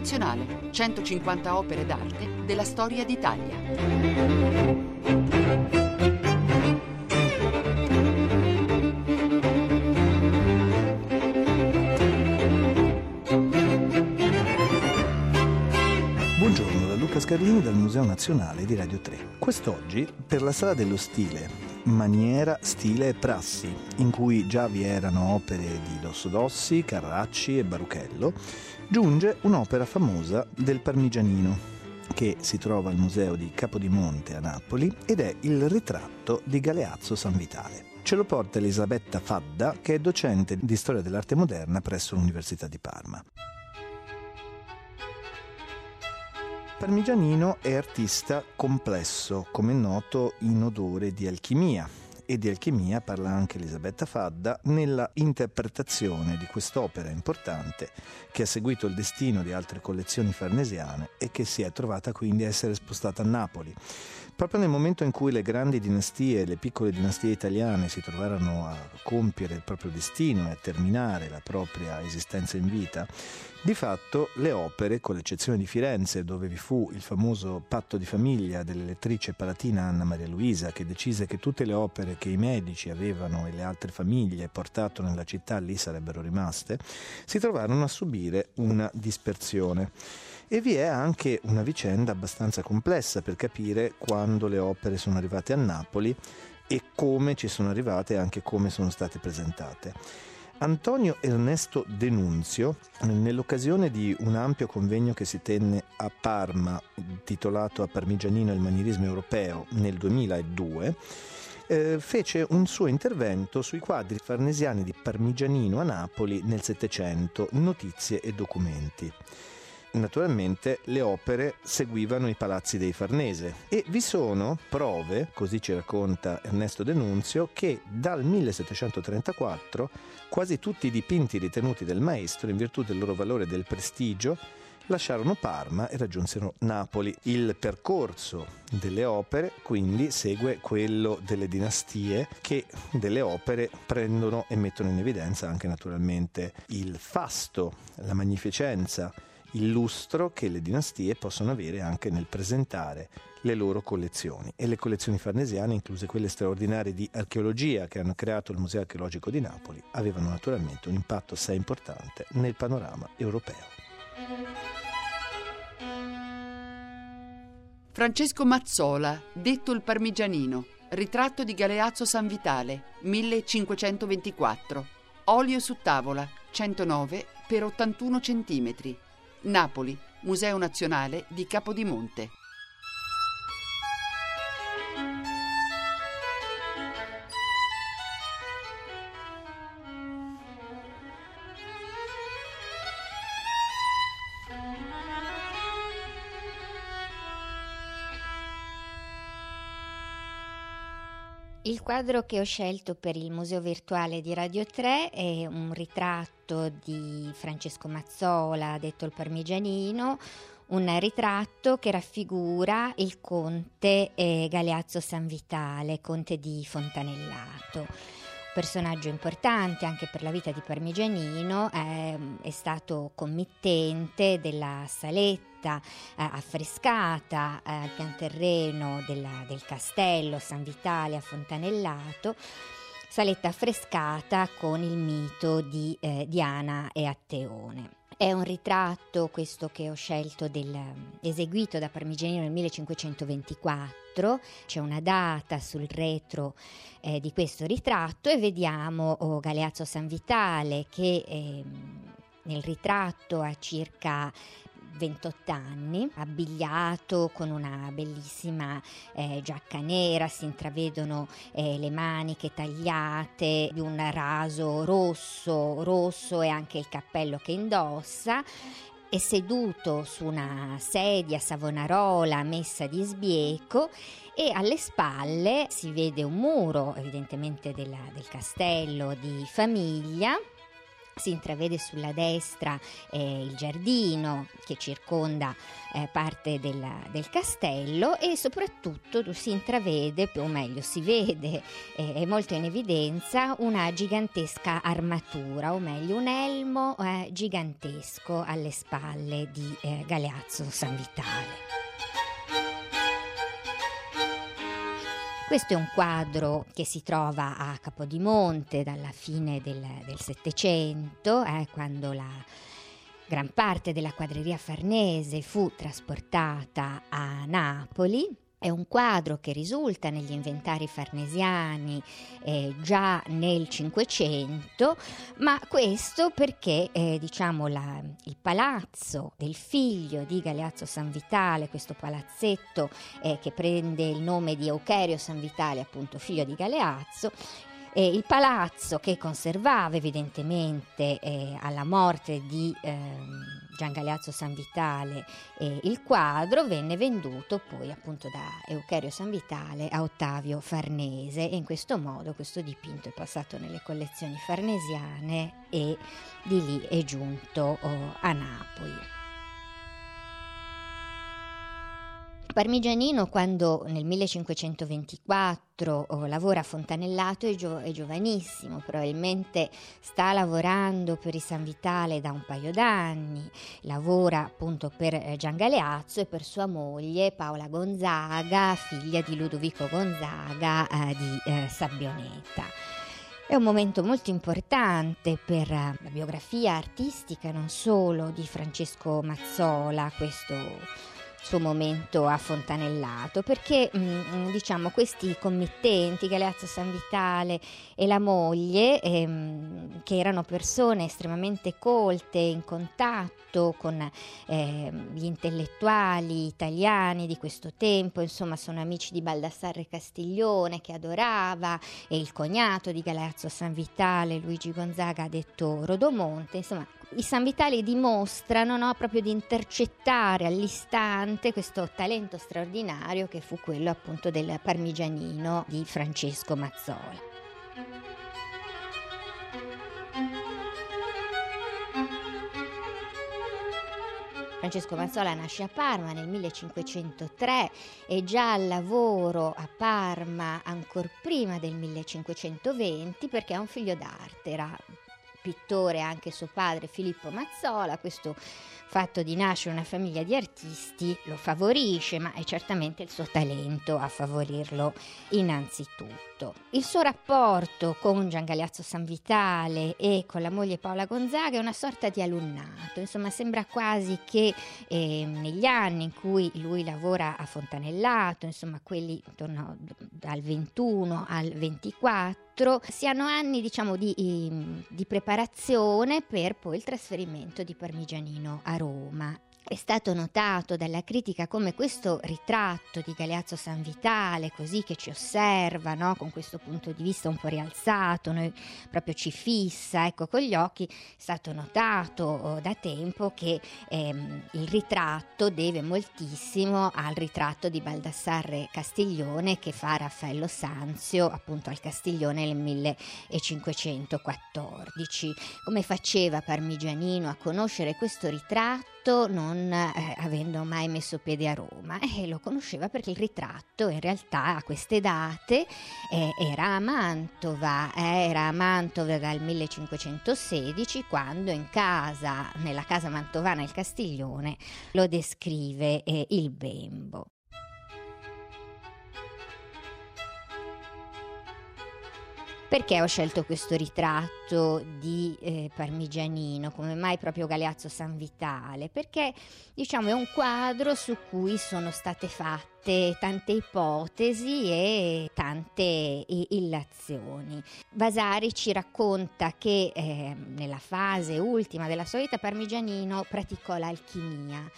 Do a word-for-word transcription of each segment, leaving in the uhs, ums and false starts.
Nazionale, centocinquanta opere d'arte della storia d'Italia. Buongiorno da Luca Scarlini dal Museo Nazionale di Radio tre. Quest'oggi, per la Sala dello Stile, Maniera, Stile e Prassi, in cui già vi erano opere di Dossodossi, Carracci e Baruchello, giunge un'opera famosa del Parmigianino, che si trova al Museo di Capodimonte a Napoli ed è il ritratto di Galeazzo Sanvitale. Ce lo porta Elisabetta Fadda, che è docente di Storia dell'Arte Moderna presso l'Università di Parma. Parmigianino è artista complesso, come è noto, in odore di alchimia, e di alchimia parla anche Elisabetta Fadda nella interpretazione di quest'opera importante che ha seguito il destino di altre collezioni farnesiane e che si è trovata quindi a essere spostata a Napoli. Proprio nel momento in cui le grandi dinastie e le piccole dinastie italiane si trovarono a compiere il proprio destino e a terminare la propria esistenza in vita, di fatto le opere, con l'eccezione di Firenze, dove vi fu il famoso patto di famiglia dell'elettrice palatina Anna Maria Luisa, che decise che tutte le opere che i Medici avevano e le altre famiglie portato nella città lì sarebbero rimaste, si trovarono a subire una dispersione. E vi è anche una vicenda abbastanza complessa per capire quando le opere sono arrivate a Napoli e come ci sono arrivate e anche come sono state presentate. Antonio Ernesto Denunzio, nell'occasione di un ampio convegno che si tenne a Parma, titolato A Parmigianino e il manierismo europeo, nel duemiladue, eh, fece un suo intervento sui quadri farnesiani di Parmigianino a Napoli nel Settecento, notizie e documenti. Naturalmente le opere seguivano i palazzi dei Farnese e vi sono prove, così ci racconta Ernesto Denunzio, che dal millesettecentotrentaquattro quasi tutti i dipinti ritenuti del maestro, in virtù del loro valore e del prestigio, lasciarono Parma e raggiunsero Napoli. Il percorso delle opere quindi segue quello delle dinastie, che delle opere prendono e mettono in evidenza anche naturalmente il fasto, la magnificenza, il lustro che le dinastie possono avere anche nel presentare le loro collezioni. E le collezioni farnesiane, incluse quelle straordinarie di archeologia che hanno creato il Museo Archeologico di Napoli, avevano naturalmente un impatto assai importante nel panorama europeo. Francesco Mazzola, detto il Parmigianino, ritratto di Galeazzo Sanvitale, millecinquecentoventiquattro, olio su tavola, centonove per ottantuno centimetri. Napoli, Museo Nazionale di Capodimonte. Il quadro che ho scelto per il Museo Virtuale di Radio tre è un ritratto di Francesco Mazzola, detto il Parmigianino, un ritratto che raffigura il conte eh, Galeazzo Sanvitale, conte di Fontanellato. Personaggio importante anche per la vita di Parmigianino, eh, è stato committente della saletta eh, affrescata eh, al pian terreno della, del castello Sanvitale a Fontanellato, saletta affrescata con il mito di eh, Diana e Atteone. È un ritratto, questo che ho scelto, del, eseguito da Parmigianino nel millecinquecentoventiquattro. C'è una data sul retro eh, di questo ritratto e vediamo oh, Galeazzo Sanvitale che eh, nel ritratto ha circa ventotto anni, abbigliato con una bellissima eh, giacca nera, si intravedono eh, le maniche tagliate di un raso rosso, rosso e anche il cappello che indossa. È seduto su una sedia savonarola messa di sbieco e alle spalle si vede un muro, evidentemente della, del castello di famiglia, Si intravede sulla destra eh, il giardino che circonda eh, parte del, del castello, e soprattutto si intravede, o meglio si vede, eh, è molto in evidenza, una gigantesca armatura, o meglio un elmo eh, gigantesco alle spalle di eh, Galeazzo Sanvitale. Questo è un quadro che si trova a Capodimonte dalla fine del, del Settecento, eh, quando la gran parte della quadreria farnese fu trasportata a Napoli. È un quadro che risulta negli inventari farnesiani eh, già nel Cinquecento, ma questo perché eh, diciamo la, il palazzo del figlio di Galeazzo Sanvitale, questo palazzetto eh, che prende il nome di Eucherio Sanvitale, appunto figlio di Galeazzo, Eh, il palazzo che conservava evidentemente eh, alla morte di eh, Gian Galeazzo Sanvitale eh, il quadro venne venduto poi appunto da Eucherio Sanvitale a Ottavio Farnese, e in questo modo questo dipinto è passato nelle collezioni farnesiane e di lì è giunto oh, a Napoli. Parmigianino, quando nel millecinquecentoventiquattro oh, lavora a Fontanellato, è, gio- è giovanissimo, probabilmente sta lavorando per i Sanvitale da un paio d'anni, lavora appunto per eh, Gian Galeazzo e per sua moglie Paola Gonzaga, figlia di Ludovico Gonzaga eh, di eh, Sabbioneta. È un momento molto importante per la biografia artistica non solo di Francesco Mazzola, questo suo momento a Fontanellato, perché mh, diciamo questi committenti, Galeazzo Sanvitale e la moglie, ehm, che erano persone estremamente colte, in contatto con eh, gli intellettuali italiani di questo tempo, insomma sono amici di Baldassarre Castiglione che adorava, e il cognato di Galeazzo Sanvitale, Luigi Gonzaga, detto Rodomonte, insomma i Sanvitali dimostrano, no, proprio di intercettare all'istante questo talento straordinario che fu quello appunto del Parmigianino di Francesco Mazzola. Francesco Mazzola nasce a Parma nel millecinquecentotre e già al lavoro a Parma ancor prima del millecinquecentoventi, perché è un figlio d'arte, era pittore anche suo padre Filippo Mazzola. Questo fatto di nascere una famiglia di artisti lo favorisce, ma è certamente il suo talento a favorirlo innanzitutto. Il suo rapporto con Gian Galeazzo Sanvitale e con la moglie Paola Gonzaga è una sorta di alunnato, insomma sembra quasi che eh, negli anni in cui lui lavora a Fontanellato, insomma quelli intorno dal ventuno al ventiquattro, siano anni diciamo di, di preparazione per poi il trasferimento di Parmigianino a Roma. È stato notato dalla critica come questo ritratto di Galeazzo Sanvitale, così che ci osserva, no, con questo punto di vista un po' rialzato, noi proprio ci fissa, ecco, con gli occhi, è stato notato oh, da tempo che ehm, il ritratto deve moltissimo al ritratto di Baldassarre Castiglione che fa Raffaello Sanzio appunto al Castiglione nel millecinquecentoquattordici. Come faceva Parmigianino a conoscere questo ritratto non eh, avendo mai messo piede a Roma? E lo conosceva perché il ritratto in realtà a queste date eh, era a Mantova, eh, era a Mantova dal millecinquecentosedici, quando in casa, nella casa mantovana il Castiglione, lo descrive eh, il Bembo. Perché ho scelto questo ritratto di eh, Parmigianino? Come mai proprio Galeazzo Sanvitale? Perché diciamo è un quadro su cui sono state fatte tante ipotesi e tante illazioni. Vasari ci racconta che eh, nella fase ultima della sua vita Parmigianino praticò l'alchimia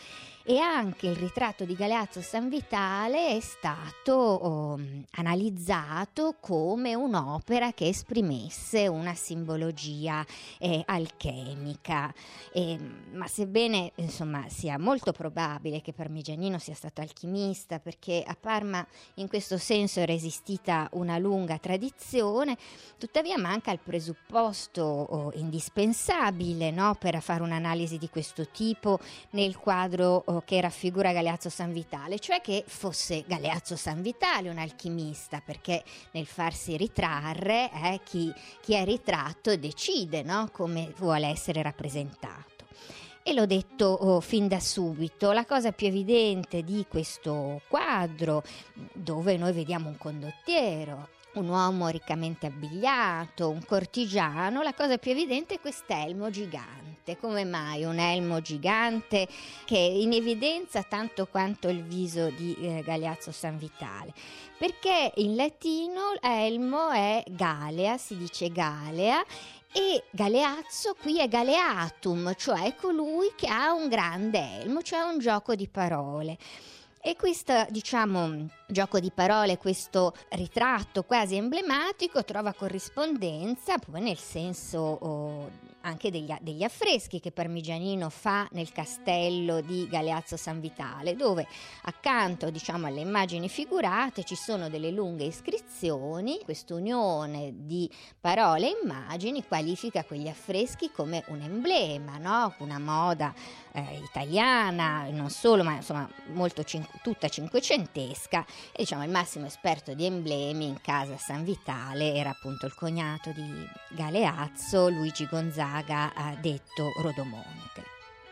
e anche il ritratto di Galeazzo Sanvitale è stato oh, analizzato come un'opera che esprimesse una simbologia eh, alchemica, eh, ma sebbene insomma sia molto probabile che Parmigianino sia stato alchimista, perché a Parma in questo senso era esistita una lunga tradizione, tuttavia manca il presupposto oh, indispensabile, no, per fare un'analisi di questo tipo nel quadro oh, che raffigura Galeazzo Sanvitale, cioè che fosse Galeazzo Sanvitale un alchimista, perché nel farsi ritrarre eh, chi, chi è ritratto decide, no, come vuole essere rappresentato. E l'ho detto oh, fin da subito, la cosa più evidente di questo quadro, dove noi vediamo un condottiero, un uomo riccamente abbigliato, un cortigiano, la cosa più evidente è quest'elmo gigante. Come mai un elmo gigante che è in evidenza tanto quanto il viso di eh, Galeazzo Sanvitale? Perché in latino elmo è galea, si dice galea, e Galeazzo qui è galeatum, cioè colui che ha un grande elmo, cioè un gioco di parole. E questo, diciamo, gioco di parole, questo ritratto quasi emblematico trova corrispondenza poi nel senso oh, anche degli, degli affreschi che Parmigianino fa nel castello di Galeazzo Sanvitale, dove accanto, diciamo, alle immagini figurate ci sono delle lunghe iscrizioni. Quest'unione di parole e immagini qualifica quegli affreschi come un emblema, no? Una moda eh, italiana, non solo, ma insomma molto cin- tutta cinquecentesca, e diciamo il massimo esperto di emblemi in casa Sanvitale era appunto il cognato di Galeazzo, Luigi Gonzaga, detto Rodomonte.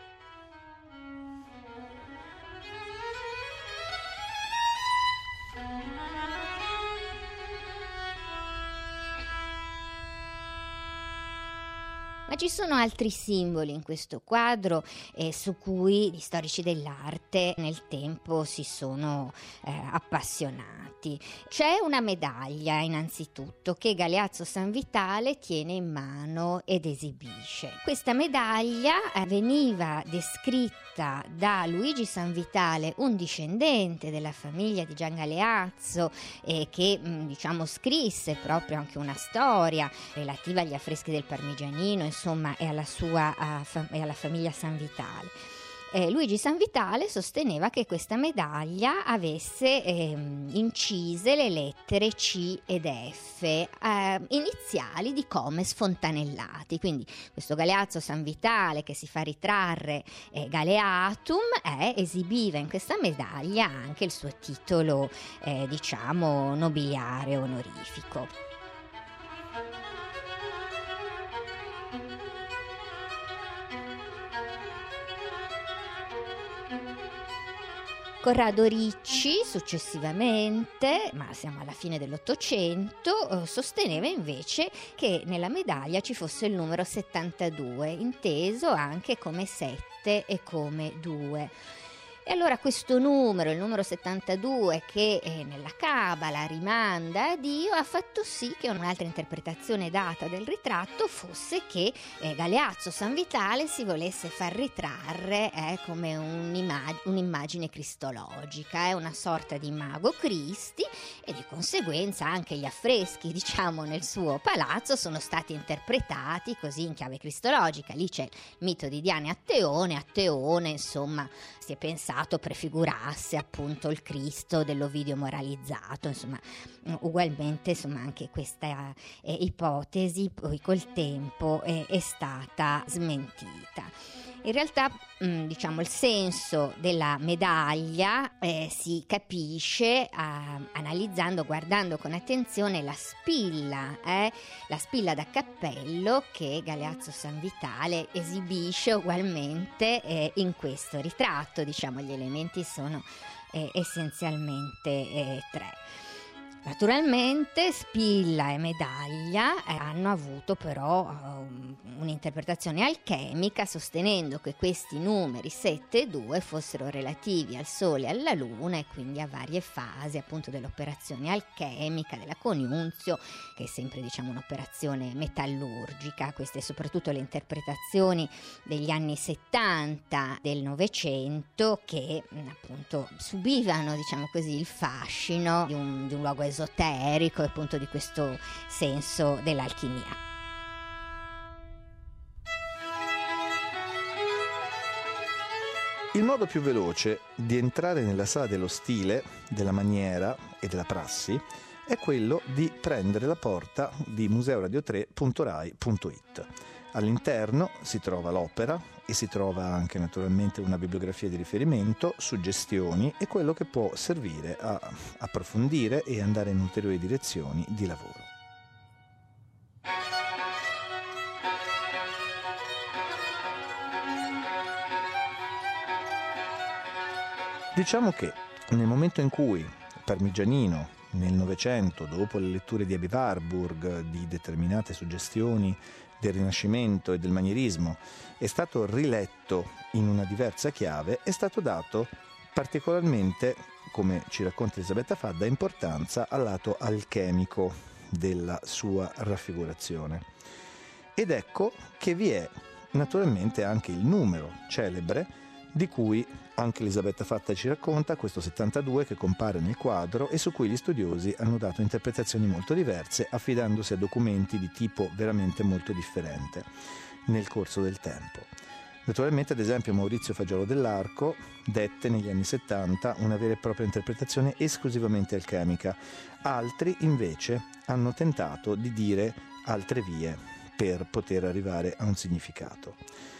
Ma ci sono altri simboli in questo quadro eh, su cui gli storici dell'arte nel tempo si sono eh, appassionati. C'è una medaglia innanzitutto che Galeazzo Sanvitale tiene in mano ed esibisce. Questa medaglia eh, veniva descritta da Luigi Sanvitale, un discendente della famiglia di Gian Galeazzo, eh, che mh, diciamo scrisse proprio anche una storia relativa agli affreschi del Parmigianino, insomma, e alla sua uh, fam- e alla famiglia Sanvitale. Eh, Luigi Sanvitale sosteneva che questa medaglia avesse ehm, incise le lettere C ed F, eh, iniziali di Comes Fontanellati. Quindi questo Galeazzo Sanvitale che si fa ritrarre eh, Galeatum eh, esibiva in questa medaglia anche il suo titolo, eh, diciamo, nobiliare onorifico. Corrado Ricci successivamente, ma siamo alla fine dell'Ottocento, eh, sosteneva invece che nella medaglia ci fosse il numero settantadue, inteso anche come sette e come due. E allora questo numero, il numero settantadue, che eh, nella Cabala rimanda a Dio, ha fatto sì che un'altra interpretazione data del ritratto fosse che eh, Galeazzo Sanvitale si volesse far ritrarre eh, come un'immag- un'immagine cristologica, eh, una sorta di mago Cristi, e di conseguenza anche gli affreschi, diciamo, nel suo palazzo sono stati interpretati così in chiave cristologica. Lì c'è il mito di Diana e Atteone, Atteone, insomma, si è pensato prefigurasse appunto il Cristo dell'Ovidio moralizzato, insomma, ugualmente, insomma, anche questa eh, ipotesi poi col tempo eh, è stata smentita. In realtà, mh, diciamo, il senso della medaglia eh, si capisce eh, analizzando, guardando con attenzione la spilla, eh, la spilla da cappello che Galeazzo Sanvitale esibisce ugualmente eh, in questo ritratto. Diciamo, gli elementi sono eh, essenzialmente eh, tre. Naturalmente Spilla e Medaglia eh, hanno avuto però um, un'interpretazione alchemica, sostenendo che questi numeri sette e due fossero relativi al Sole e alla Luna e quindi a varie fasi appunto dell'operazione alchemica, della coniunzio, che è sempre diciamo un'operazione metallurgica. Queste soprattutto le interpretazioni degli anni settanta del Novecento che appunto subivano diciamo così il fascino di un, di un luogo esoterico e appunto di questo senso dell'alchimia. Il modo più veloce di entrare nella sala dello stile, della maniera e della prassi è quello di prendere la porta di museo radio tre punto rai punto it. All'interno si trova l'opera e si trova anche naturalmente una bibliografia di riferimento, suggestioni e quello che può servire a approfondire e andare in ulteriori direzioni di lavoro. Diciamo che nel momento in cui Parmigianino nel Novecento, dopo le letture di Aby Warburg, di determinate suggestioni del Rinascimento e del manierismo, è stato riletto in una diversa chiave, è stato dato particolarmente, come ci racconta Elisabetta Fadda, importanza al lato alchemico della sua raffigurazione. Ed ecco che vi è naturalmente anche il numero celebre di cui anche Elisabetta Fadda ci racconta, questo settantadue che compare nel quadro e su cui gli studiosi hanno dato interpretazioni molto diverse, affidandosi a documenti di tipo veramente molto differente nel corso del tempo. Naturalmente, ad esempio, Maurizio Fagiolo dell'Arco dette negli anni settanta una vera e propria interpretazione esclusivamente alchemica. Altri, invece, hanno tentato di dire altre vie per poter arrivare a un significato.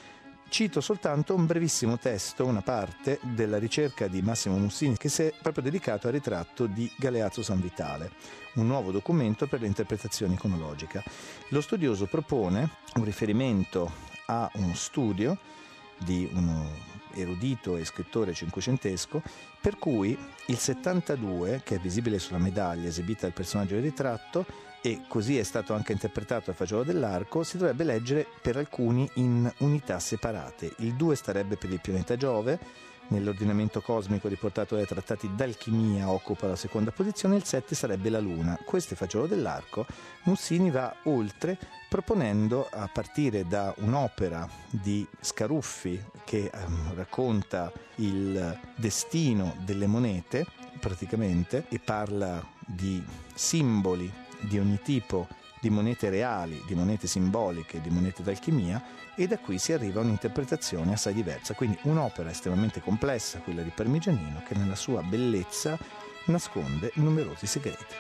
Cito soltanto un brevissimo testo, una parte della ricerca di Massimo Mussini che si è proprio dedicato al ritratto di Galeazzo Sanvitale, un nuovo documento per l'interpretazione iconologica. Lo studioso propone un riferimento a uno studio di uno erudito e scrittore cinquecentesco per cui il settantadue, che è visibile sulla medaglia esibita dal personaggio del ritratto, e così è stato anche interpretato a Fagiolo dell'Arco, si dovrebbe leggere per alcuni in unità separate. Il due starebbe per il pianeta Giove, nell'ordinamento cosmico riportato dai trattati d'alchimia occupa la seconda posizione, il sette sarebbe la Luna. Questo è Fagiolo dell'Arco. Mussini va oltre proponendo, a partire da un'opera di Scaruffi che ehm, racconta il destino delle monete praticamente e parla di simboli di ogni tipo, di monete reali, di monete simboliche, di monete d'alchimia, e da qui si arriva a un'interpretazione assai diversa. Quindi un'opera estremamente complessa, quella di Parmigianino, che nella sua bellezza nasconde numerosi segreti.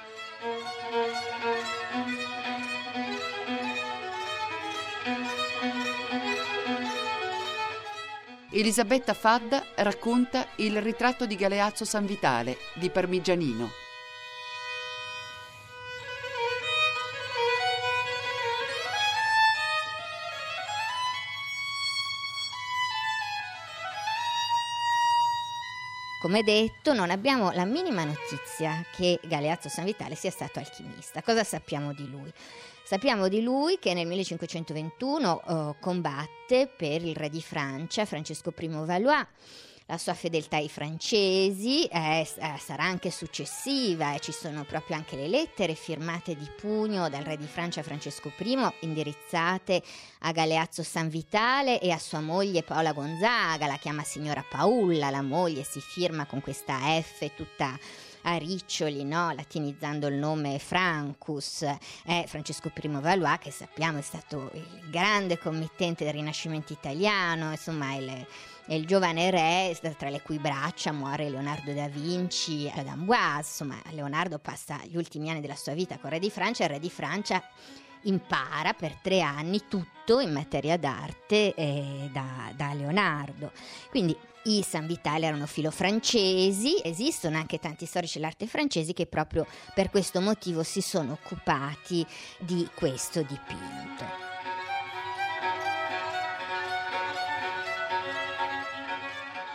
Elisabetta Fadda racconta Il ritratto di Galeazzo Sanvitale di Parmigianino. Come detto, non abbiamo la minima notizia che Galeazzo Sanvitale sia stato alchimista. Cosa sappiamo di lui? Sappiamo di lui che nel millecinquecentoventuno eh, combatte per il re di Francia, Francesco I Valois. La sua fedeltà ai francesi eh, sarà anche successiva e ci sono proprio anche le lettere firmate di pugno dal re di Francia Francesco I indirizzate a Galeazzo Sanvitale e a sua moglie Paola Gonzaga. La chiama signora Paulla, la moglie, si firma con questa F tutta a riccioli, no? Latinizzando il nome Francus. È Francesco I Valois, che sappiamo è stato il grande committente del Rinascimento italiano, insomma il E il giovane re, tra le cui braccia muore Leonardo da Vinci ad Amboise. Insomma, Leonardo passa gli ultimi anni della sua vita con il re di Francia e il re di Francia impara per tre anni tutto in materia d'arte eh, da, da Leonardo. Quindi i Sanvitale erano filofrancesi, esistono anche tanti storici dell'arte francesi che proprio per questo motivo si sono occupati di questo dipinto.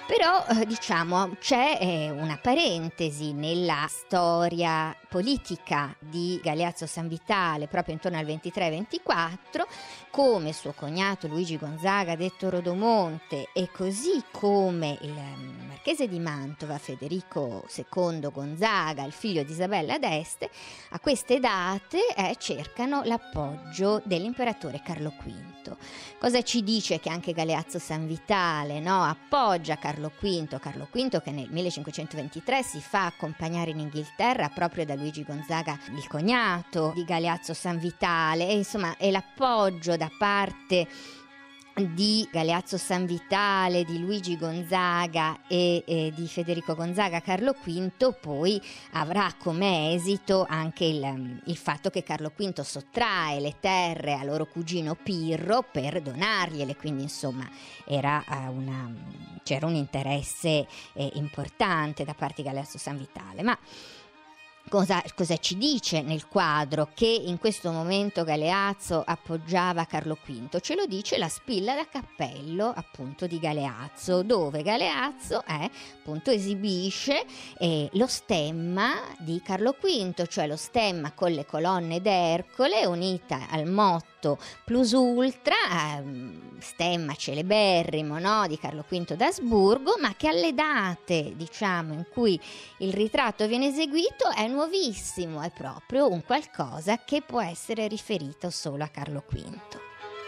Però eh, diciamo c'è eh, una parentesi nella storia politica di Galeazzo Sanvitale proprio intorno al ventitré ventiquattro, come suo cognato Luigi Gonzaga detto Rodomonte e così come il marchese di Mantova Federico secondo Gonzaga, il figlio di Isabella d'Este, a queste date eh, cercano l'appoggio dell'imperatore Carlo quinto. Cosa ci dice che anche Galeazzo Sanvitale, no, appoggia Carlo quinto, Carlo quinto che nel millecinquecentoventitré si fa accompagnare in Inghilterra proprio da Luigi Gonzaga, il cognato di Galeazzo Sanvitale, e insomma è l'appoggio da parte di Galeazzo Sanvitale, di Luigi Gonzaga e, e di Federico Gonzaga Carlo quinto poi avrà come esito anche il, il fatto che Carlo quinto sottrae le terre a loro cugino Pirro per donargliele, quindi insomma era una, c'era un interesse eh, importante da parte di Galeazzo Sanvitale. Ma Cosa, cosa ci dice nel quadro che in questo momento Galeazzo appoggiava Carlo quinto? Ce lo dice la spilla da cappello appunto di Galeazzo, dove Galeazzo eh, appunto esibisce eh, lo stemma di Carlo quinto, cioè lo stemma con le colonne d'Ercole unita al motto plus ultra, eh, stemma celeberrimo, no, di Carlo quinto d'Asburgo, ma che alle date diciamo in cui il ritratto viene eseguito è nuovissimo, è proprio un qualcosa che può essere riferito solo a Carlo quinto.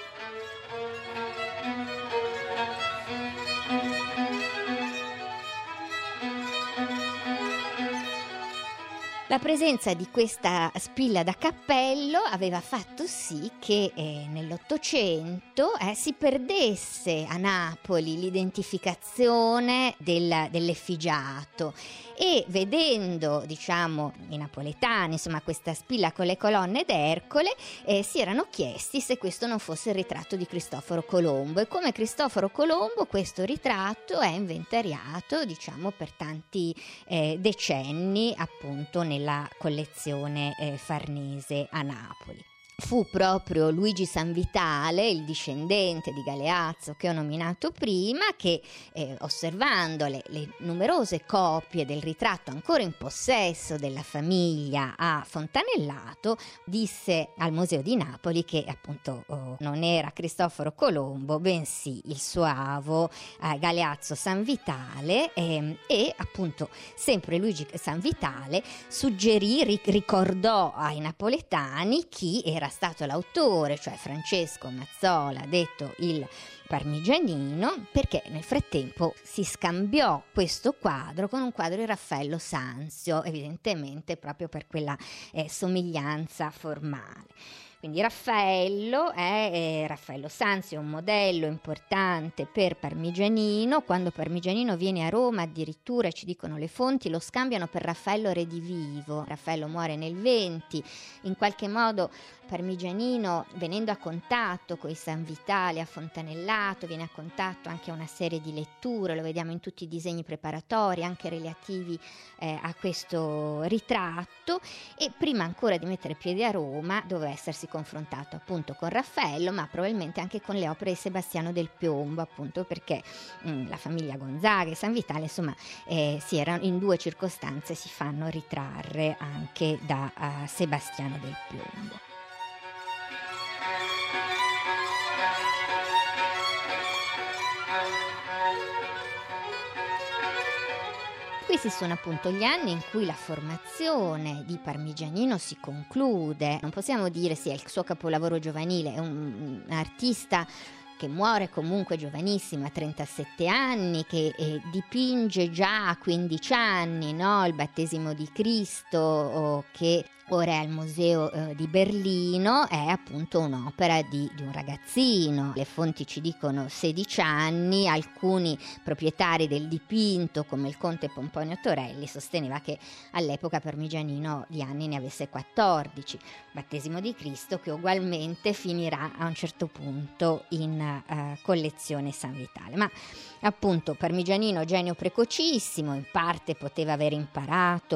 La presenza di questa spilla da cappello aveva fatto sì che eh, nell'Ottocento eh, si perdesse a Napoli l'identificazione del, dell'effigiato, e vedendo diciamo i napoletani insomma questa spilla con le colonne d'Ercole eh, si erano chiesti se questo non fosse il ritratto di Cristoforo Colombo, e come Cristoforo Colombo questo ritratto è inventariato diciamo per tanti eh, decenni appunto nel la collezione eh, Farnese a Napoli. Fu proprio Luigi Sanvitale, il discendente di Galeazzo che ho nominato prima, che eh, osservando le, le numerose copie del ritratto ancora in possesso della famiglia a Fontanellato, disse al Museo di Napoli che appunto oh, non era Cristoforo Colombo, bensì il suavo eh, Galeazzo Sanvitale, eh, e appunto sempre Luigi Sanvitale suggerì, ric- ricordò ai napoletani chi era stato l'autore, cioè Francesco Mazzola, detto il Parmigianino, perché nel frattempo si scambiò questo quadro con un quadro di Raffaello Sanzio, evidentemente proprio per quella eh, somiglianza formale. Quindi Raffaello è eh, Raffaello Sanzio, un modello importante per Parmigianino. Quando Parmigianino viene a Roma, addirittura ci dicono le fonti, lo scambiano per Raffaello Redivivo. Raffaello muore nel venti, in qualche modo Parmigianino, venendo a contatto con i Sanvitale a Fontanellato, viene a contatto anche a una serie di letture, lo vediamo in tutti i disegni preparatori, anche relativi eh, a questo ritratto, e prima ancora di mettere piede a Roma doveva essersi confrontato appunto con Raffaello, ma probabilmente anche con le opere di Sebastiano del Piombo, appunto perché mh, la famiglia Gonzaga e Sanvitale insomma eh, si erano in due circostanze si fanno ritrarre anche da uh, Sebastiano del Piombo. Questi sono appunto gli anni in cui la formazione di Parmigianino si conclude. Non possiamo dire sia il suo capolavoro giovanile, è un, un artista che muore comunque giovanissima, a trentasette anni, che eh, dipinge già a quindici anni, no? Il Battesimo di Cristo, oh, che ora è al Museo eh, di Berlino, è appunto un'opera di, di un ragazzino. Le fonti ci dicono sedici anni, alcuni proprietari del dipinto, come il conte Pomponio Torelli, sosteneva che all'epoca Parmigianino di anni ne avesse quattordici. Battesimo di Cristo che ugualmente finirà a un certo punto in uh, collezione Sanvitale. Ma appunto Parmigianino genio precocissimo, in parte poteva aver imparato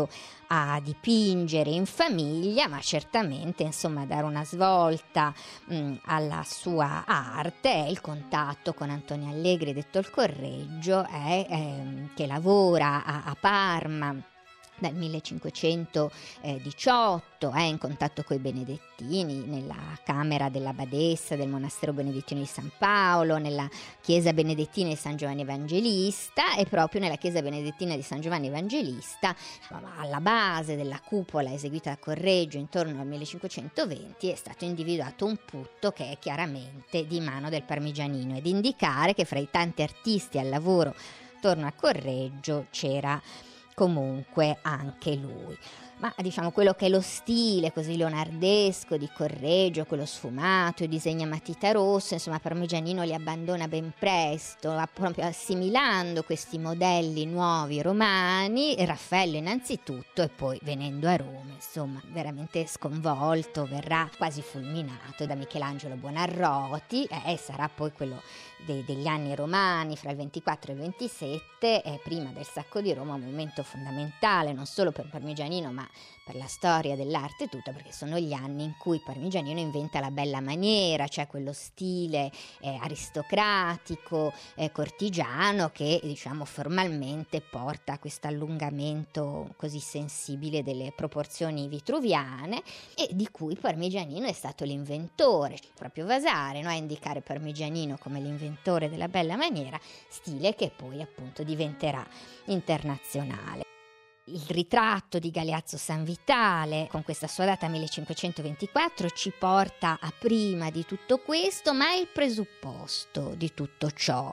a dipingere in famiglia, ma certamente insomma dare una svolta mh, alla sua arte è il contatto con Antonio Allegri, detto il Correggio, è, ehm, che lavora a, a Parma dal millecinquecentodiciotto, è in contatto con i benedettini nella camera della badessa del monastero benedettino di San Paolo, nella chiesa benedettina di San Giovanni Evangelista, e proprio nella chiesa benedettina di San Giovanni Evangelista, alla base della cupola eseguita da Correggio intorno al millecinquecentoventi, è stato individuato un putto che è chiaramente di mano del Parmigianino, ed indicare che fra i tanti artisti al lavoro attorno a Correggio c'era comunque anche lui. Ma diciamo quello che è lo stile così leonardesco di Correggio, quello sfumato, i disegni a matita rossa, insomma Parmigianino li abbandona ben presto, proprio assimilando questi modelli nuovi romani, Raffaello innanzitutto, e poi venendo a Roma, insomma veramente sconvolto, verrà quasi fulminato da Michelangelo Buonarroti, e eh, sarà poi quello de- degli anni romani fra il ventiquattro e il ventisette, eh, prima del sacco di Roma, un momento fondamentale non solo per Parmigianino ma per la storia dell'arte tutta, perché sono gli anni in cui Parmigianino inventa la bella maniera, cioè quello stile eh, aristocratico, eh, cortigiano, che diciamo formalmente porta a questo allungamento così sensibile delle proporzioni vitruviane, e di cui Parmigianino è stato l'inventore. Proprio Vasari, no, a indicare Parmigianino come l'inventore della bella maniera, stile che poi appunto diventerà internazionale. Il ritratto di Galeazzo Sanvitale, con questa sua data millecinquecentoventiquattro, ci porta a prima di tutto questo, ma è il presupposto di tutto ciò.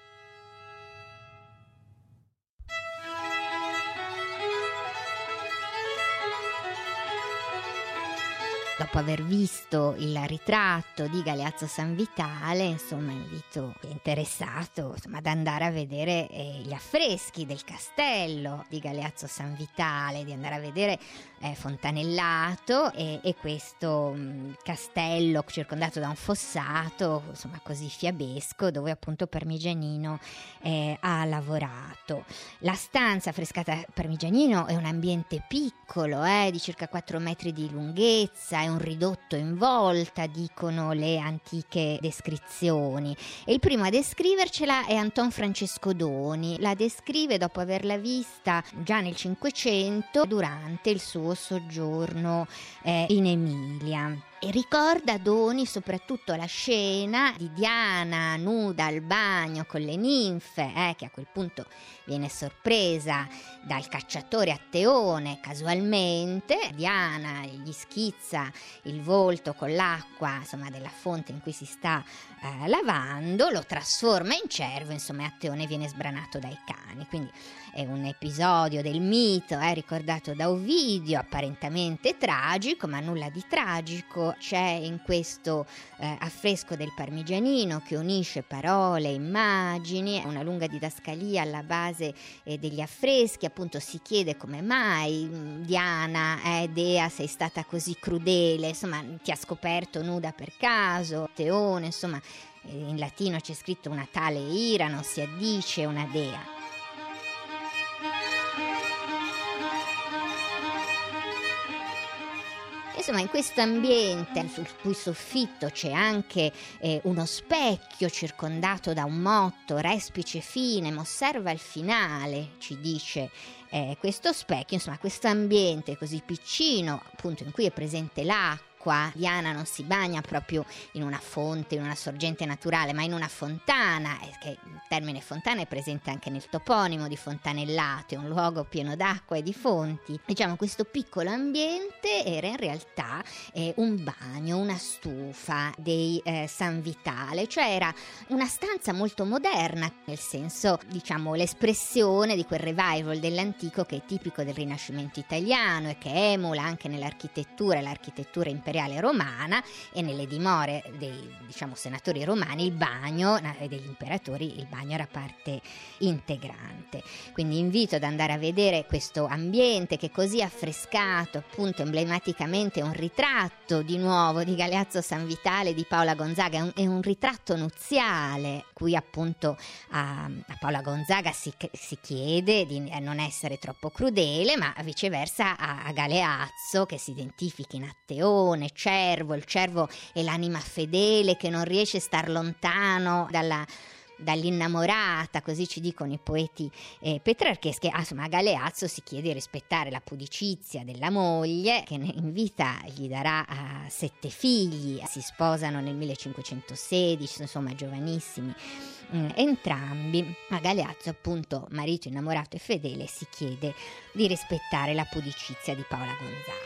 Dopo aver visto il ritratto di Galeazzo Sanvitale, insomma, invito chi è interessato insomma, ad andare a vedere eh, gli affreschi del castello di Galeazzo Sanvitale, di andare a vedere eh, Fontanellato e, e questo mh, castello circondato da un fossato, insomma, così fiabesco, dove appunto Parmigianino eh, ha lavorato. La stanza affrescata a Parmigianino è un ambiente piccolo, eh, di circa quattro metri di lunghezza, un ridotto in volta, dicono le antiche descrizioni, e il primo a descrivercela è Anton Francesco Doni. La descrive dopo averla vista già nel Cinquecento durante il suo soggiorno eh, in Emilia. E ricorda Doni soprattutto la scena di Diana nuda al bagno con le ninfe, eh, che a quel punto viene sorpresa dal cacciatore Atteone casualmente. Diana gli schizza il volto con l'acqua, insomma, della fonte in cui si sta eh, lavando, lo trasforma in cervo, insomma, e Atteone viene sbranato dai cani. Quindi è un episodio del mito eh, ricordato da Ovidio, apparentemente tragico, ma nulla di tragico. C'è in questo eh, affresco del Parmigianino che unisce parole e immagini, è una lunga didascalia alla base eh, degli affreschi. Appunto si chiede come mai Diana, eh, Dea, sei stata così crudele, insomma ti ha scoperto nuda per caso. Teone, insomma eh, in latino c'è scritto una tale ira, non si addice una Dea. Insomma, in questo ambiente sul cui soffitto c'è anche eh, uno specchio circondato da un motto respice fine, ma osserva il finale, ci dice eh, questo specchio. Insomma, questo ambiente così piccino, appunto, in cui è presente l'acqua. Diana non si bagna proprio in una fonte, in una sorgente naturale, ma in una fontana, e che il termine fontana è presente anche nel toponimo di Fontanellato, è un luogo pieno d'acqua e di fonti. Diciamo, questo piccolo ambiente era in realtà eh, un bagno, una stufa dei eh, Sanvitale, cioè era una stanza molto moderna, nel senso, diciamo, l'espressione di quel revival dell'antico che è tipico del Rinascimento italiano e che emula anche nell'architettura, l'architettura imperiale imperiale romana, e nelle dimore dei, diciamo, senatori romani il bagno, e degli imperatori il bagno era parte integrante. Quindi invito ad andare a vedere questo ambiente che è così affrescato, appunto emblematicamente un ritratto di nuovo di Galeazzo Sanvitale di Paola Gonzaga, è un, è un ritratto nuziale, cui appunto a, a Paola Gonzaga si, si chiede di non essere troppo crudele, ma viceversa a, a Galeazzo, che si identifica in Atteone, cervo, il cervo è l'anima fedele che non riesce a star lontano dalla dall'innamorata, così ci dicono i poeti eh, petrarcheschi. Ah, insomma, a Galeazzo si chiede di rispettare la pudicizia della moglie, che in vita gli darà uh, sette figli, si sposano nel millecinquecentosedici, insomma giovanissimi mm, entrambi. A Galeazzo, appunto, marito innamorato e fedele, si chiede di rispettare la pudicizia di Paola Gonzaga.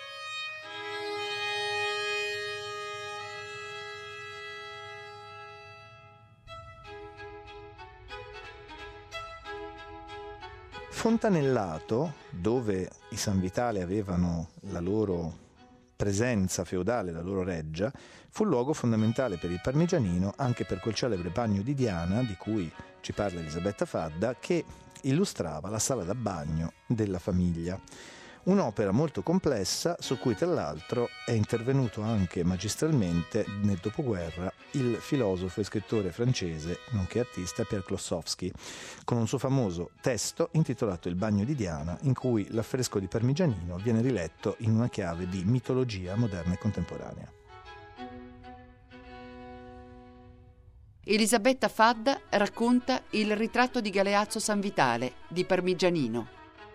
Fontanellato, dove i Sanvitale avevano la loro presenza feudale, la loro reggia, fu luogo fondamentale per il Parmigianino, anche per quel celebre bagno di Diana di cui ci parla Elisabetta Fadda, che illustrava la sala da bagno della famiglia. Un'opera molto complessa su cui tra l'altro è intervenuto anche magistralmente nel dopoguerra il filosofo e scrittore francese, nonché artista Pierre Klossowski, con un suo famoso testo intitolato Il bagno di Diana, in cui l'affresco di Parmigianino viene riletto in una chiave di mitologia moderna e contemporanea. Elisabetta Fadda racconta Il ritratto di Galeazzo Sanvitale di Parmigianino.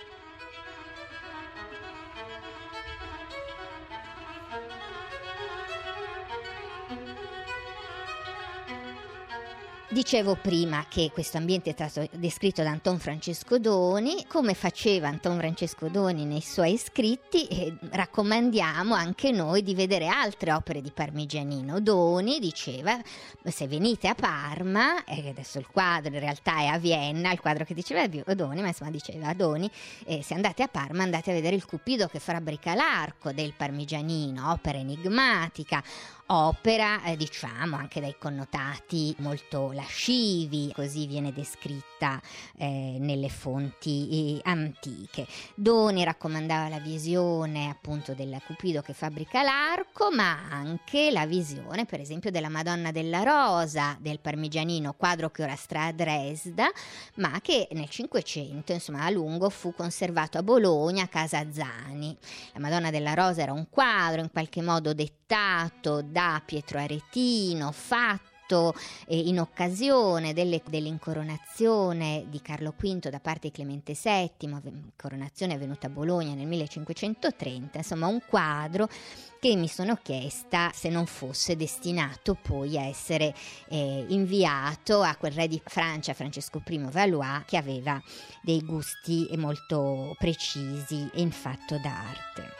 Dicevo prima che questo ambiente è stato descritto da Anton Francesco Doni. Come faceva Anton Francesco Doni nei suoi scritti, eh, raccomandiamo anche noi di vedere altre opere di Parmigianino. Doni diceva: se venite a Parma, e eh, adesso il quadro in realtà è a Vienna, il quadro che diceva Doni, ma insomma diceva Doni, eh, se andate a Parma andate a vedere il Cupido che fabbrica l'arco del Parmigianino, opera enigmatica, opera eh, diciamo anche dai connotati molto lascivi, così viene descritta eh, nelle fonti eh, antiche. Doni raccomandava la visione appunto del Cupido che fabbrica l'arco, ma anche la visione per esempio della Madonna della Rosa del Parmigianino, quadro che ora sta a Dresda, ma che nel Cinquecento insomma a lungo fu conservato a Bologna a casa Zani. La Madonna della Rosa era un quadro in qualche modo dettato da Pietro Aretino, fatto eh, in occasione delle, dell'incoronazione di Carlo V da parte di Clemente settimo, coronazione avvenuta a Bologna nel millecinquecentotrenta, insomma un quadro che mi sono chiesta se non fosse destinato poi a essere eh, inviato a quel re di Francia, Francesco I Valois, che aveva dei gusti molto precisi in fatto d'arte.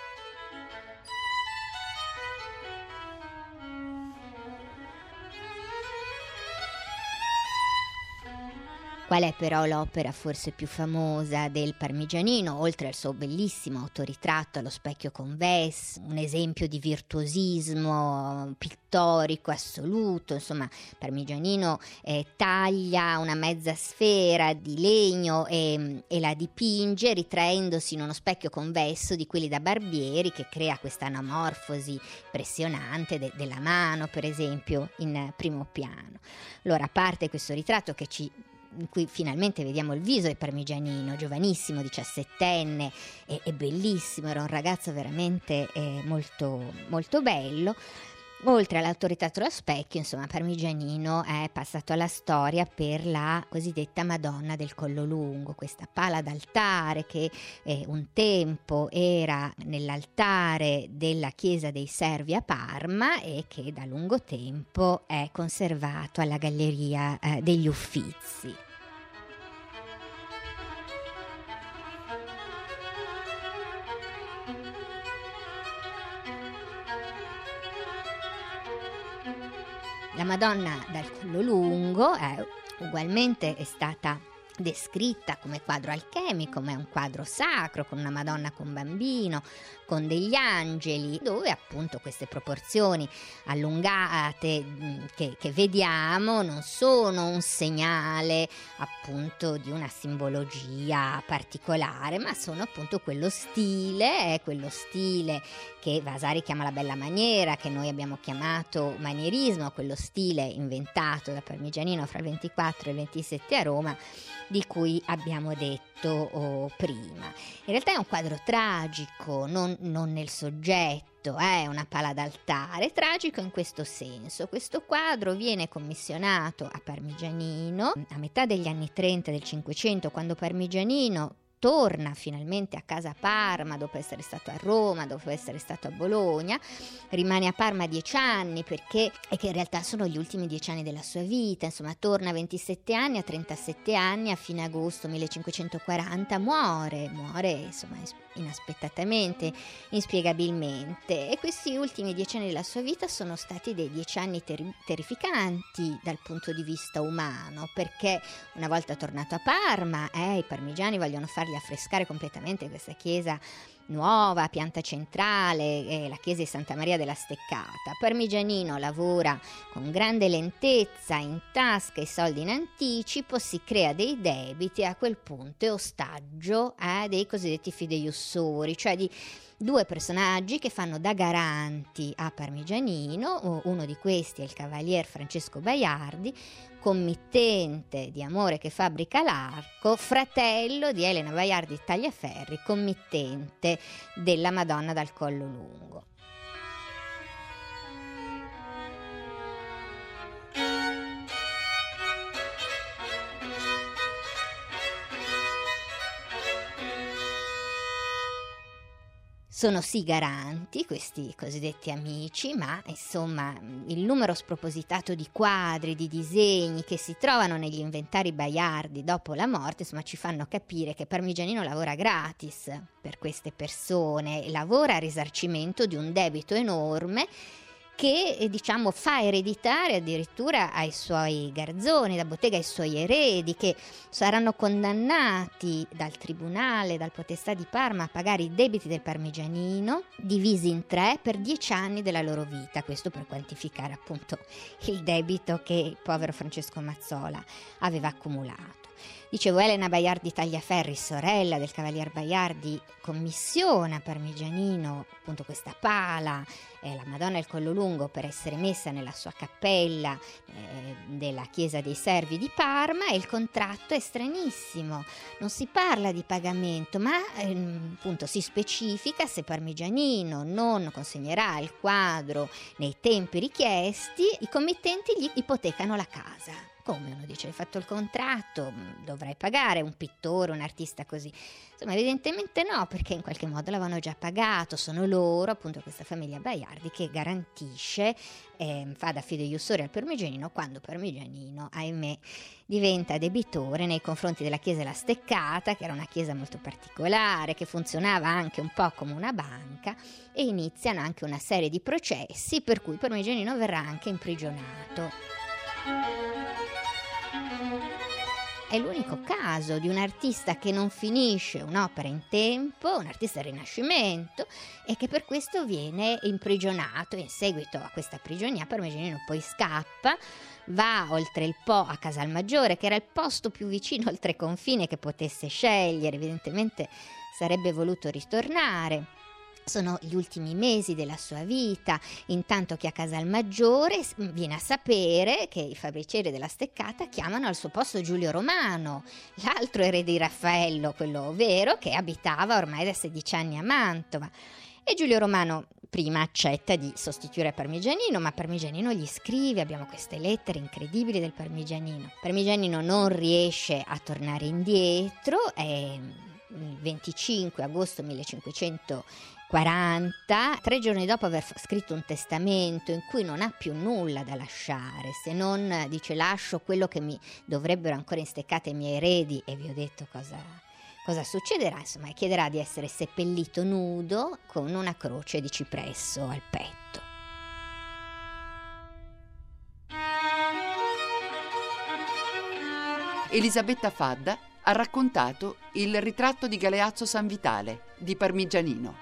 Qual è però l'opera forse più famosa del Parmigianino, oltre al suo bellissimo autoritratto allo specchio convesso, un esempio di virtuosismo pittorico assoluto? Insomma, Parmigianino eh, taglia una mezza sfera di legno e, e la dipinge ritraendosi in uno specchio convesso di quelli da Barbieri, che crea questa anamorfosi impressionante de- della mano, per esempio, in primo piano. Allora, a parte questo ritratto che ci in cui finalmente vediamo il viso di Parmigianino, giovanissimo, diciassettenne, e, e bellissimo, era un ragazzo veramente eh, molto, molto bello. Oltre all'autorità allo specchio, insomma, Parmigianino è passato alla storia per la cosiddetta Madonna del Collo Lungo, questa pala d'altare che eh, un tempo era nell'altare della chiesa dei Servi a Parma e che da lungo tempo è conservato alla Galleria eh, degli Uffizi. La Madonna dal Collo Lungo è, ugualmente è stata descritta come quadro alchemico, ma è un quadro sacro con una Madonna con bambino, con degli angeli, dove appunto queste proporzioni allungate che, che vediamo non sono un segnale appunto di una simbologia particolare, ma sono appunto quello stile, è quello stile che Vasari chiama la bella maniera, che noi abbiamo chiamato manierismo, quello stile inventato da Parmigianino fra il ventiquattro e il ventisette a Roma, di cui abbiamo detto oh, prima. In realtà è un quadro tragico, non, non nel soggetto, è eh, una pala d'altare, tragico in questo senso. Questo quadro viene commissionato a Parmigianino a metà degli anni trenta del Cinquecento, quando Parmigianino torna finalmente a casa a Parma dopo essere stato a Roma, dopo essere stato a Bologna, rimane a Parma dieci anni perché è che in realtà sono gli ultimi dieci anni della sua vita, insomma torna a ventisette anni, a trentasette anni, a fine agosto millecinquecentoquaranta muore, muore insomma inaspettatamente, inspiegabilmente, e questi ultimi dieci anni della sua vita sono stati dei dieci anni ter- terrificanti dal punto di vista umano, perché una volta tornato a Parma eh, i parmigiani vogliono fargli affrescare completamente questa chiesa nuova, pianta centrale, eh, la chiesa di Santa Maria della Steccata. Parmigianino lavora con grande lentezza, in tasca i soldi in anticipo, si crea dei debiti e a quel punto è ostaggio eh, dei cosiddetti fideiussori, cioè di due personaggi che fanno da garanti a Parmigianino. Uno di questi è il cavalier Francesco Baiardi, committente di Amore che fabbrica l'arco, fratello di Elena Baiardi Tagliaferri, committente della Madonna dal Collo Lungo. Sono sì garanti questi cosiddetti amici, ma insomma il numero spropositato di quadri, di disegni che si trovano negli inventari Baiardi dopo la morte, insomma ci fanno capire che Parmigianino lavora gratis per queste persone, lavora a risarcimento di un debito enorme che diciamo fa ereditare addirittura ai suoi garzoni, da bottega ai suoi eredi, che saranno condannati dal tribunale, dal Potestà di Parma a pagare i debiti del Parmigianino, divisi in tre per dieci anni della loro vita, questo per quantificare appunto il debito che il povero Francesco Mazzola aveva accumulato. Dicevo, Elena Baiardi Tagliaferri, sorella del cavalier Baiardi, commissiona a Parmigianino appunto questa pala, eh, la Madonna del Collo Lungo, per essere messa nella sua cappella eh, della Chiesa dei Servi di Parma, e il contratto è stranissimo, non si parla di pagamento, ma ehm, appunto si specifica: se Parmigianino non consegnerà il quadro nei tempi richiesti, i committenti gli ipotecano la casa. Come? Uno dice: hai fatto il contratto, dovrai pagare un pittore, un artista così. Insomma, evidentemente no, perché in qualche modo l'avevano già pagato. Sono loro, appunto questa famiglia Baiardi, che garantisce, eh, fa da fideiussore al Parmigianino, quando Parmigianino, ahimè, diventa debitore nei confronti della chiesa della Steccata, che era una chiesa molto particolare, che funzionava anche un po' come una banca, e iniziano anche una serie di processi per cui Parmigianino verrà anche imprigionato. È l'unico caso di un artista che non finisce un'opera in tempo, un artista del Rinascimento, e che per questo viene imprigionato. In seguito a questa prigionia Parmigianino poi scappa, va oltre il Po a Casalmaggiore, che era il posto più vicino oltre confine che potesse scegliere. Evidentemente sarebbe voluto ritornare. Sono gli ultimi mesi della sua vita, intanto che a Casalmaggiore viene a sapere che i fabbricieri della Steccata chiamano al suo posto Giulio Romano, l'altro erede di Raffaello, quello vero, che abitava ormai da sedici anni a Mantova. E Giulio Romano prima accetta di sostituire Parmigianino, ma Parmigianino gli scrive, abbiamo queste lettere incredibili del Parmigianino. Parmigianino non riesce a tornare indietro, e il venticinque agosto millecinquecentoquaranta, tre giorni dopo aver scritto un testamento in cui non ha più nulla da lasciare, se non, dice, lascio quello che mi dovrebbero ancora in Steccata i miei eredi, e vi ho detto cosa, cosa succederà, insomma, chiederà di essere seppellito nudo con una croce di cipresso al petto. Elisabetta Fadda ha raccontato Il ritratto di Galeazzo Sanvitale di Parmigianino.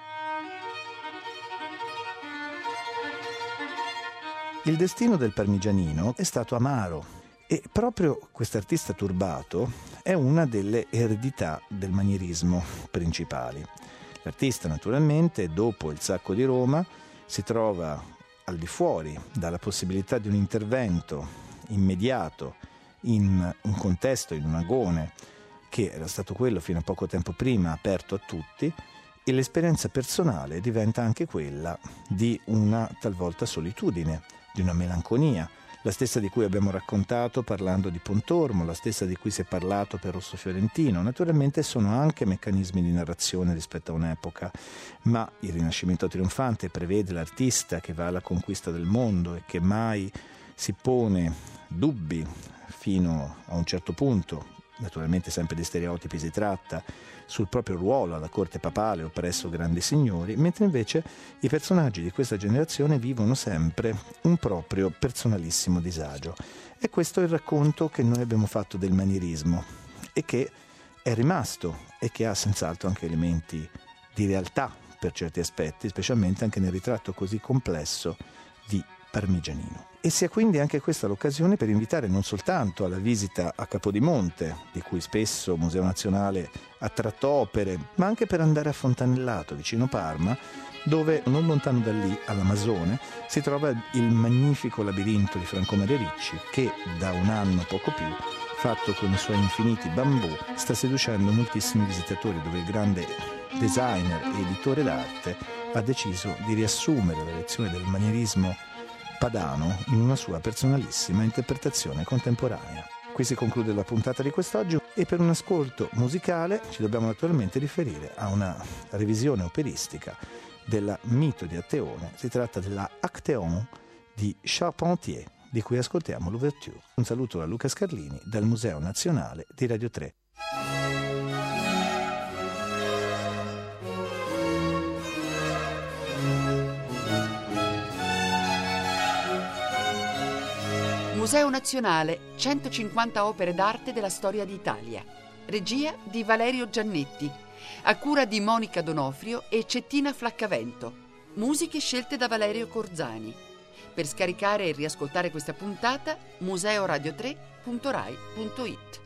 Il destino del Parmigianino è stato amaro e proprio quest'artista turbato è una delle eredità del manierismo principali. L'artista, naturalmente, dopo il sacco di Roma, si trova al di fuori dalla possibilità di un intervento immediato in un contesto, in un agone che era stato quello fino a poco tempo prima aperto a tutti, e l'esperienza personale diventa anche quella di una talvolta solitudine, di una melanconia, la stessa di cui abbiamo raccontato parlando di Pontormo, la stessa di cui si è parlato per Rosso Fiorentino. Naturalmente sono anche meccanismi di narrazione rispetto a un'epoca, ma il Rinascimento trionfante prevede l'artista che va alla conquista del mondo e che mai si pone dubbi fino a un certo punto, naturalmente sempre di stereotipi si tratta, sul proprio ruolo alla corte papale o presso grandi signori, mentre invece i personaggi di questa generazione vivono sempre un proprio personalissimo disagio. E questo è il racconto che noi abbiamo fatto del manierismo e che è rimasto e che ha senz'altro anche elementi di realtà per certi aspetti, specialmente anche nel ritratto così complesso di Parmigianino. E sia quindi anche questa l'occasione per invitare non soltanto alla visita a Capodimonte, di cui spesso Museo Nazionale ha tratto opere, ma anche per andare a Fontanellato, vicino Parma, dove non lontano da lì, all'Amasone, si trova il magnifico labirinto di Franco Maria Ricci, che da un anno poco più, fatto con i suoi infiniti bambù, sta seducendo moltissimi visitatori, dove il grande designer e editore d'arte ha deciso di riassumere la lezione del manierismo padano in una sua personalissima interpretazione contemporanea. Qui si conclude la puntata di quest'oggi e per un ascolto musicale ci dobbiamo naturalmente riferire a una revisione operistica della Mito di Acteone. Si tratta della Actéon di Charpentier, di cui ascoltiamo l'ouverture. Un saluto da Luca Scarlini dal Museo Nazionale di Radio tre. Museo Nazionale, centocinquanta opere d'arte della storia d'Italia. Regia di Valerio Giannetti. A cura di Monica Donofrio e Cettina Flaccavento. Musiche scelte da Valerio Corzani. Per scaricare e riascoltare questa puntata, museo radio tre punto rai punto it.